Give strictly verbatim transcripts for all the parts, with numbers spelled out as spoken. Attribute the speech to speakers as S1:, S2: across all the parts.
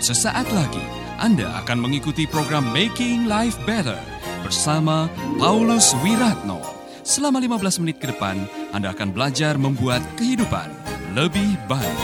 S1: Sesaat lagi Anda akan mengikuti program Making Life Better bersama Paulus Wiratno. Selama lima belas menit ke depan, Anda akan belajar membuat kehidupan lebih baik.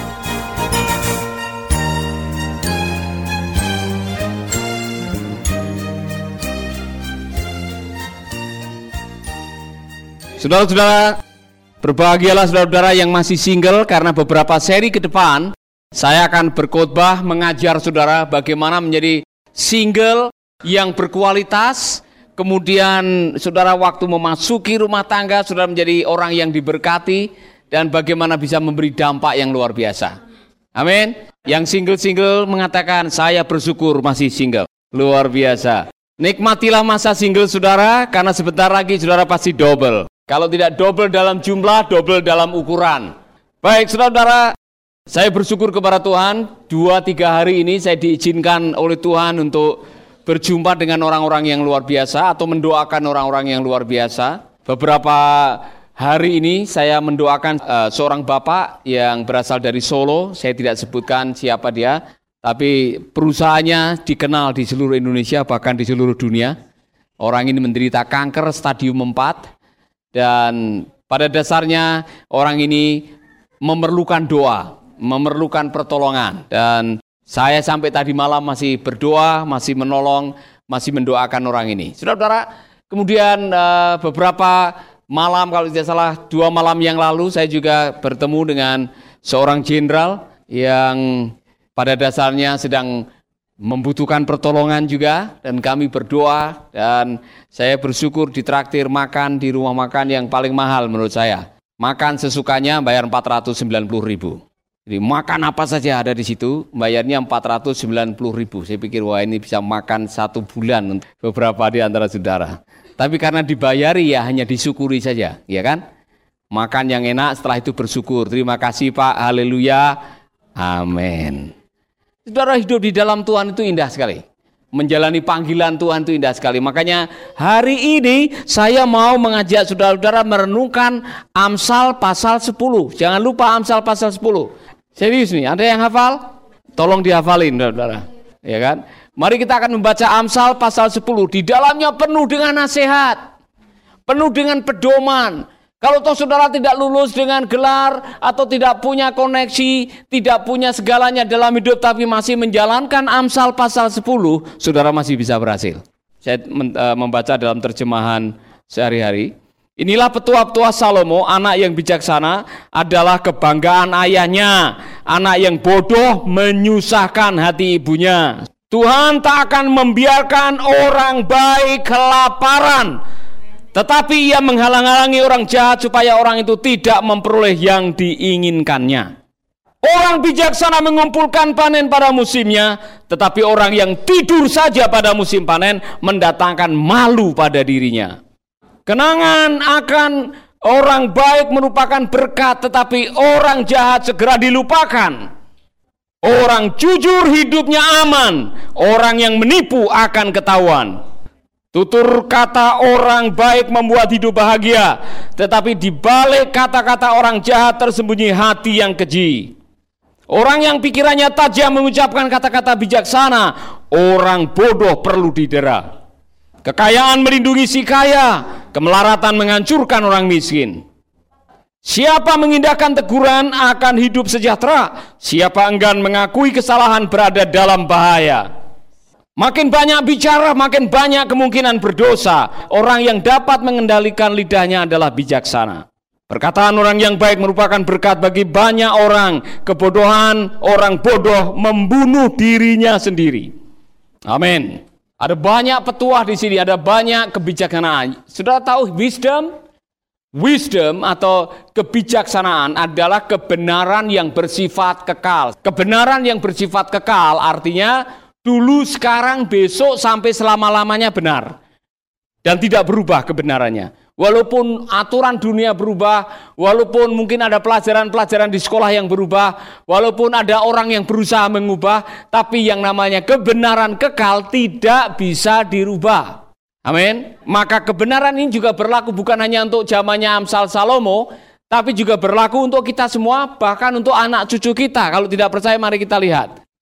S2: Saudara-saudara, berbahagialah saudara-saudara yang masih single, karena beberapa seri ke depan saya akan berkhotbah mengajar saudara bagaimana menjadi single yang berkualitas. Kemudian saudara waktu memasuki rumah tangga, saudara menjadi orang yang diberkati dan bagaimana bisa memberi dampak yang luar biasa. Amin. Yang single-single mengatakan, saya bersyukur masih single. Luar biasa. Nikmatilah masa single saudara, karena sebentar lagi saudara pasti double. Kalau tidak double dalam jumlah, double dalam ukuran. Baik saudara-saudara, saya bersyukur kepada Tuhan, dua tiga hari ini saya diizinkan oleh Tuhan untuk berjumpa dengan orang-orang yang luar biasa atau mendoakan orang-orang yang luar biasa. Beberapa hari ini saya mendoakan uh, seorang bapak yang berasal dari Solo. Saya tidak sebutkan siapa dia, tapi perusahaannya dikenal di seluruh Indonesia, bahkan di seluruh dunia. Orang ini menderita kanker stadium empat, dan pada dasarnya orang ini memerlukan doa, memerlukan pertolongan. Dan saya sampai tadi malam masih berdoa, masih menolong, masih mendoakan orang ini. Saudara-saudara, kemudian uh, beberapa malam, kalau tidak salah dua malam yang lalu, saya juga bertemu dengan seorang jenderal yang pada dasarnya sedang membutuhkan pertolongan juga, dan kami berdoa, dan saya bersyukur ditraktir makan di rumah makan yang paling mahal menurut saya. Makan sesukanya bayar empat ratus sembilan puluh ribu. Jadi makan apa saja ada di situ, bayarnya empat ratus sembilan puluh ribu. Saya pikir wah ini bisa makan satu bulan untuk beberapa di antara saudara. Tapi karena dibayari ya hanya disyukuri saja, ya kan? Makan yang enak, setelah itu bersyukur. Terima kasih Pak, haleluya, amin. Saudara, hidup di dalam Tuhan itu indah sekali. Menjalani panggilan Tuhan itu indah sekali. Makanya hari ini saya mau mengajak saudara-saudara merenungkan Amsal pasal sepuluh. Jangan lupa Amsal pasal sepuluh. Serius nih, ada yang hafal? Tolong dihafalin saudara. Ya kan? Mari kita akan membaca Amsal pasal sepuluh. Di dalamnya penuh dengan nasihat, penuh dengan pedoman. Kalau toh saudara tidak lulus dengan gelar atau tidak punya koneksi, tidak punya segalanya dalam hidup, tapi masih menjalankan Amsal pasal sepuluh, saudara masih bisa berhasil. Saya membaca dalam terjemahan sehari-hari. Inilah petua-petua Salomo, anak yang bijaksana adalah kebanggaan ayahnya. Anak yang bodoh menyusahkan hati ibunya. Tuhan tak akan membiarkan orang baik kelaparan, tetapi ia menghalang-halangi orang jahat supaya orang itu tidak memperoleh yang diinginkannya. Orang bijaksana mengumpulkan panen pada musimnya, tetapi orang yang tidur saja pada musim panen mendatangkan malu pada dirinya. Kenangan akan orang baik merupakan berkat, tetapi orang jahat segera dilupakan. Orang jujur hidupnya aman, orang yang menipu akan ketahuan. Tutur kata orang baik membuat hidup bahagia, tetapi di balik kata-kata orang jahat tersembunyi hati yang keji. Orang yang pikirannya tajam mengucapkan kata-kata bijaksana, orang bodoh perlu didera. Kekayaan melindungi si kaya, kemelaratan menghancurkan orang miskin. Siapa mengindahkan teguran akan hidup sejahtera, siapa enggan mengakui kesalahan berada dalam bahaya. Makin banyak bicara, makin banyak kemungkinan berdosa. Orang yang dapat mengendalikan lidahnya adalah bijaksana. Perkataan orang yang baik merupakan berkat bagi banyak orang. Kebodohan orang bodoh membunuh dirinya sendiri. Amin. Ada banyak petuah di sini, ada banyak kebijaksanaan. Sudah tahu wisdom? Wisdom atau kebijaksanaan adalah kebenaran yang bersifat kekal. Kebenaran yang bersifat kekal artinya dulu, sekarang, besok, sampai selama-lamanya benar. Dan tidak berubah kebenarannya. Walaupun aturan dunia berubah, walaupun mungkin ada pelajaran-pelajaran di sekolah yang berubah, walaupun ada orang yang berusaha mengubah, tapi yang namanya kebenaran kekal tidak bisa dirubah. Amin. Maka kebenaran ini juga berlaku bukan hanya untuk zamannya Amsal Salomo, tapi juga berlaku untuk kita semua, bahkan untuk anak cucu kita. Kalau tidak percaya, mari kita lihat.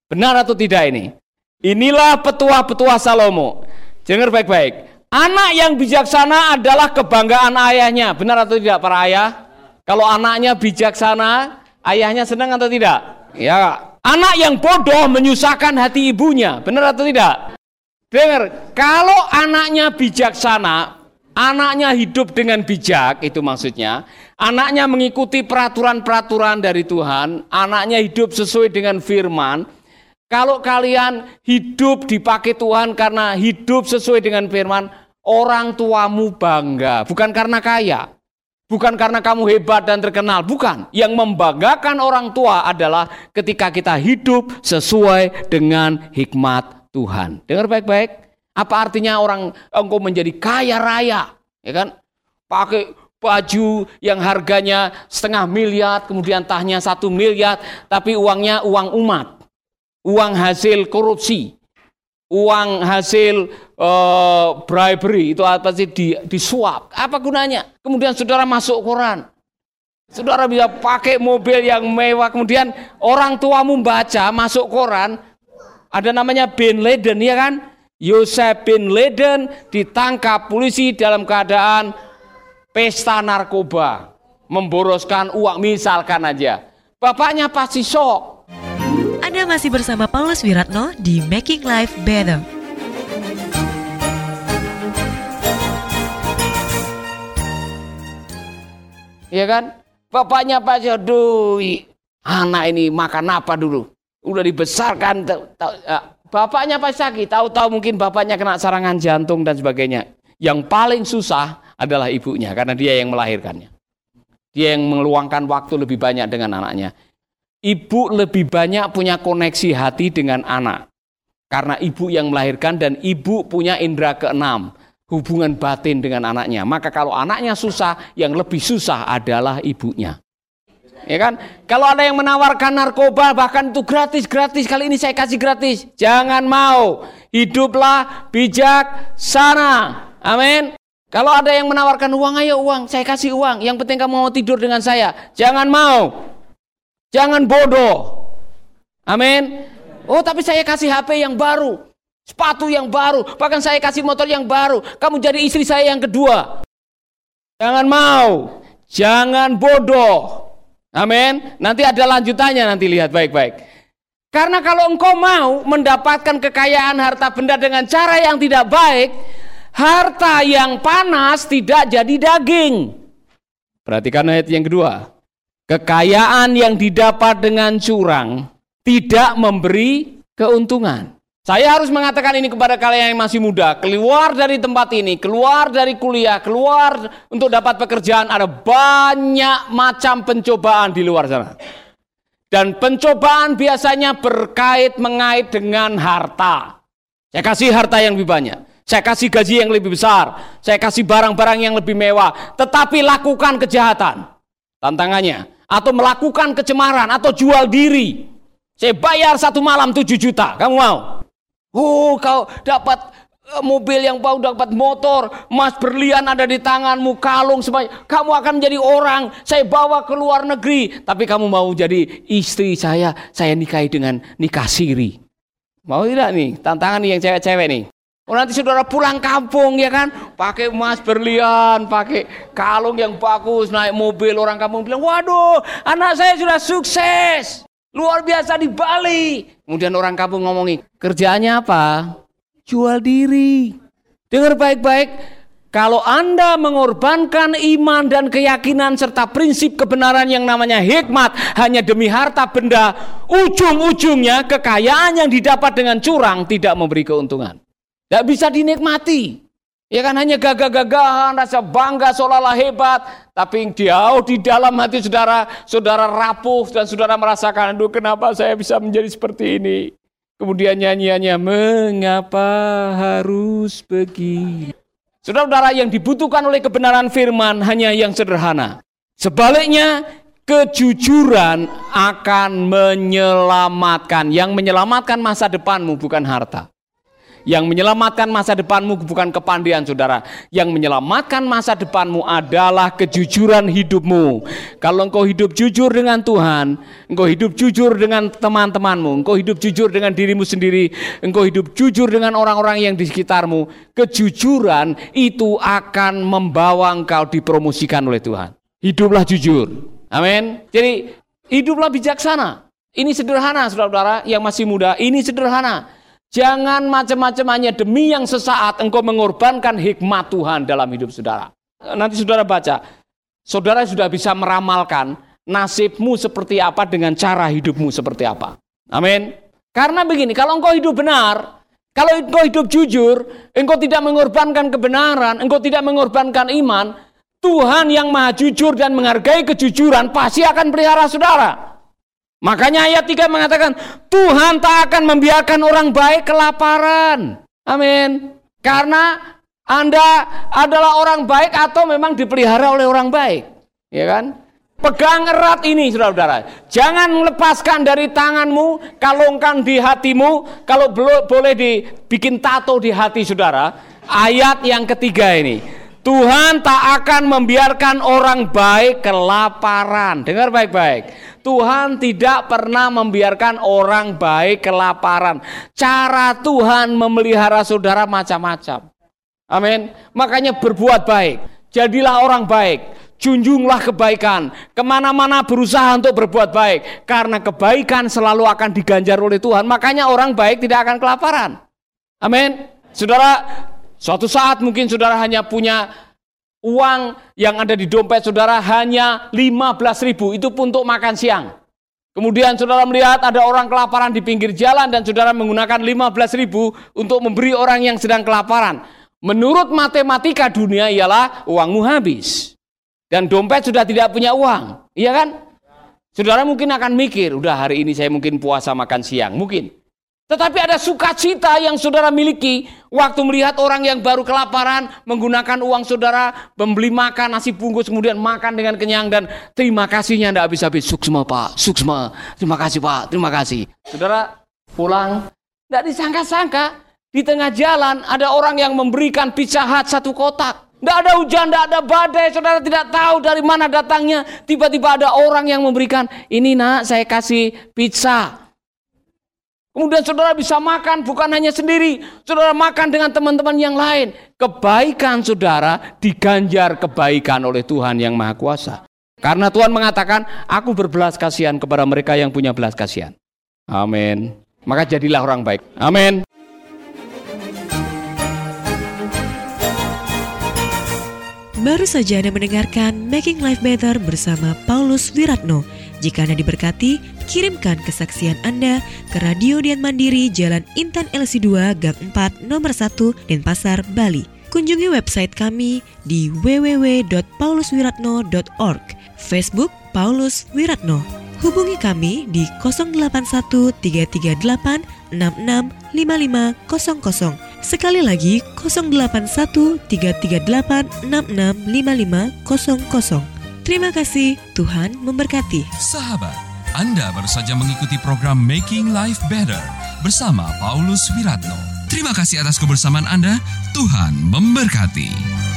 S2: Benar atau tidak ini? Inilah petuah-petuah Salomo. Dengar baik-baik. Anak yang bijaksana adalah kebanggaan ayahnya. Benar atau tidak para ayah? Kalau anaknya bijaksana, ayahnya senang atau tidak? Ya. Anak yang bodoh menyusahkan hati ibunya. Benar atau tidak? Dengar, kalau anaknya bijaksana, anaknya hidup dengan bijak, itu maksudnya. Anaknya mengikuti peraturan-peraturan dari Tuhan, anaknya hidup sesuai dengan firman. Kalau kalian hidup dipakai Tuhan karena hidup sesuai dengan firman, orang tuamu bangga. Bukan karena kaya, bukan karena kamu hebat dan terkenal, bukan. Yang membanggakan orang tua adalah ketika kita hidup sesuai dengan hikmat Tuhan. Dengar baik-baik. Apa artinya orang engkau menjadi kaya raya, ya kan? Pakai baju yang harganya setengah miliar, kemudian tahnya satu miliar, tapi uangnya uang umat, uang hasil korupsi, uang hasil uh, bribery, itu apa sih, di, disuap. Apa gunanya? Kemudian saudara masuk koran, saudara bisa pakai mobil yang mewah, kemudian orang tuamu baca masuk koran, ada namanya Bin Laden, ya kan? Yosef bin Laden ditangkap polisi dalam keadaan pesta narkoba, memboroskan uang, misalkan aja. Bapaknya pasti shock.
S3: Anda masih bersama Paulus Wiratno di Making Life Better.
S2: Iya kan? Bapaknya pasti, aduh, anak ini makan apa dulu? Udah dibesarkan, bapaknya pasti sakit. Tahu-tahu mungkin bapaknya kena serangan jantung dan sebagainya. Yang paling susah adalah ibunya, karena dia yang melahirkannya. Dia yang meluangkan waktu lebih banyak dengan anaknya. Ibu lebih banyak punya koneksi hati dengan anak, karena ibu yang melahirkan dan ibu punya indera keenam, hubungan batin dengan anaknya. Maka kalau anaknya susah, yang lebih susah adalah ibunya. Ya kan? Kalau ada yang menawarkan narkoba, bahkan itu gratis-gratis, kali ini saya kasih gratis. Jangan mau. Hiduplah bijaksana. Amin. Kalau ada yang menawarkan uang, ayo uang, saya kasih uang. Yang penting kamu mau tidur dengan saya. Jangan mau. Jangan bodoh. Amin. Oh, tapi saya kasih H P yang baru, sepatu yang baru, bahkan saya kasih motor yang baru. Kamu jadi istri saya yang kedua. Jangan mau. Jangan bodoh. Amin. Nanti ada lanjutannya, nanti lihat baik-baik. Karena kalau engkau mau mendapatkan kekayaan harta benda dengan cara yang tidak baik, harta yang panas tidak jadi daging. Perhatikan ayat yang kedua. Kekayaan yang didapat dengan curang tidak memberi keuntungan. Saya harus mengatakan ini kepada kalian yang masih muda. Keluar dari tempat ini, keluar dari kuliah, keluar untuk dapat pekerjaan. Ada banyak macam pencobaan di luar sana. Dan pencobaan biasanya berkait mengait dengan harta. Saya kasih harta yang lebih banyak. Saya kasih gaji yang lebih besar. Saya kasih barang-barang yang lebih mewah. Tetapi lakukan kejahatan. Tantangannya. Atau melakukan kecemaran. Atau jual diri. Saya bayar satu malam tujuh juta. Kamu mau? Oh, kau dapat mobil yang baru, dapat motor, emas berlian ada di tanganmu, kalung sebanyak. Kamu akan menjadi orang. Saya bawa ke luar negeri. Tapi kamu mau jadi istri saya. Saya nikahi dengan nikah siri. Mau tidak nih? Tantangan nih yang cewek-cewek nih. Oh, nanti saudara pulang kampung, ya kan, pakai emas berlian, pakai kalung yang bagus, naik mobil, orang kampung bilang, waduh, anak saya sudah sukses, luar biasa di Bali. Kemudian orang kampung ngomongin, kerjaannya apa? Jual diri. Dengar baik-baik, kalau Anda mengorbankan iman dan keyakinan serta prinsip kebenaran yang namanya hikmat hanya demi harta benda, ujung-ujungnya kekayaan yang didapat dengan curang tidak memberi keuntungan. Tidak bisa dinikmati. Ya kan, hanya gagah-gagahan, rasa bangga seolah-olah hebat. Tapi jauh di dalam hati saudara, saudara rapuh dan saudara merasakan, aduh kenapa saya bisa menjadi seperti ini. Kemudian nyanyiannya, mengapa harus begini. Saudara-saudara, yang dibutuhkan oleh kebenaran firman hanya yang sederhana. Sebaliknya, kejujuran akan menyelamatkan. Yang menyelamatkan masa depanmu bukan harta. Yang menyelamatkan masa depanmu bukan kepandaian saudara. Yang menyelamatkan masa depanmu adalah kejujuran hidupmu. Kalau engkau hidup jujur dengan Tuhan, engkau hidup jujur dengan teman-temanmu, engkau hidup jujur dengan dirimu sendiri, engkau hidup jujur dengan orang-orang yang di sekitarmu, kejujuran itu akan membawa engkau dipromosikan oleh Tuhan. Hiduplah jujur. Amin. Jadi hiduplah bijaksana. Ini sederhana saudara-saudara yang masih muda, ini sederhana. Jangan macam-macam hanya demi yang sesaat engkau mengorbankan hikmat Tuhan dalam hidup saudara. Nanti saudara baca, saudara sudah bisa meramalkan nasibmu seperti apa dengan cara hidupmu seperti apa. Amin. Karena begini, kalau engkau hidup benar, kalau engkau hidup jujur, engkau tidak mengorbankan kebenaran, engkau tidak mengorbankan iman, Tuhan yang maha jujur dan menghargai kejujuran pasti akan pelihara saudara. Makanya ayat tiga mengatakan, Tuhan tak akan membiarkan orang baik kelaparan. Amin. Karena Anda adalah orang baik atau memang dipelihara oleh orang baik. Ya kan? Pegang erat ini saudara-saudara. Jangan lepaskan dari tanganmu, kalungkan di hatimu. Kalau boleh dibikin tato di hati saudara. Ayat yang ketiga ini. Tuhan tak akan membiarkan orang baik kelaparan. Dengar baik-baik. Tuhan tidak pernah membiarkan orang baik kelaparan. Cara Tuhan memelihara saudara macam-macam. Amin. Makanya berbuat baik. Jadilah orang baik. Junjunglah kebaikan. Kemana-mana berusaha untuk berbuat baik. Karena kebaikan selalu akan diganjar oleh Tuhan. Makanya orang baik tidak akan kelaparan. Amin. Saudara, suatu saat mungkin saudara hanya punya uang yang ada di dompet saudara hanya lima belas ribu, itu pun untuk makan siang. Kemudian saudara melihat ada orang kelaparan di pinggir jalan dan saudara menggunakan lima belas ribu untuk memberi orang yang sedang kelaparan. Menurut matematika dunia ialah uangmu habis. Dan dompet sudah tidak punya uang. Iya kan? Saudara mungkin akan mikir, udah hari ini saya mungkin puasa makan siang. Mungkin. Tetapi ada sukacita yang saudara miliki waktu melihat orang yang baru kelaparan menggunakan uang saudara membeli makan nasi bungkus kemudian makan dengan kenyang dan terima kasihnya tidak habis-habis. Suksma Pak, suksma. Terima kasih Pak, terima kasih. Saudara pulang, tidak disangka-sangka di tengah jalan ada orang yang memberikan Pizza Hut satu kotak. Tidak ada hujan, tidak ada badai, saudara tidak tahu dari mana datangnya. Tiba-tiba ada orang yang memberikan, ini nak saya kasih pizza. Kemudian saudara bisa makan bukan hanya sendiri, saudara makan dengan teman-teman yang lain. Kebaikan saudara diganjar kebaikan oleh Tuhan yang Maha Kuasa. Karena Tuhan mengatakan, aku berbelas kasihan kepada mereka yang punya belas kasihan. Amin. Maka jadilah orang baik. Amin.
S3: Baru saja Anda mendengarkan Making Life Better bersama Paulus Wiratno. Jika Anda diberkati, kirimkan kesaksian Anda ke Radio Dian Mandiri Jalan Intan L C dua Gang empat Nomor satu Denpasar, Bali. Kunjungi website kami di w w w dot paulos wiratno dot org, Facebook Paulus Wiratno. Hubungi kami di nol delapan satu tiga tiga delapan enam enam lima lima nol nol. Sekali lagi nol delapan satu tiga tiga delapan enam enam lima lima nol nol. Terima kasih, Tuhan memberkati.
S1: Sahabat, Anda baru saja mengikuti program Making Life Better bersama Paulus Wiratno. Terima kasih atas kebersamaan Anda. Tuhan memberkati.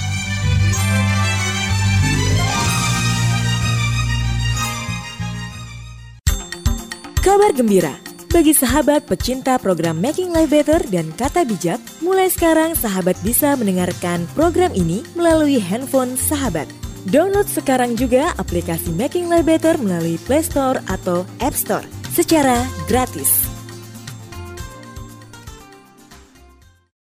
S4: Kabar gembira bagi sahabat pecinta program Making Life Better dan Kata Bijak. Mulai sekarang sahabat bisa mendengarkan program ini melalui handphone sahabat. Download sekarang juga aplikasi Making Life Better melalui Play Store atau App Store secara gratis.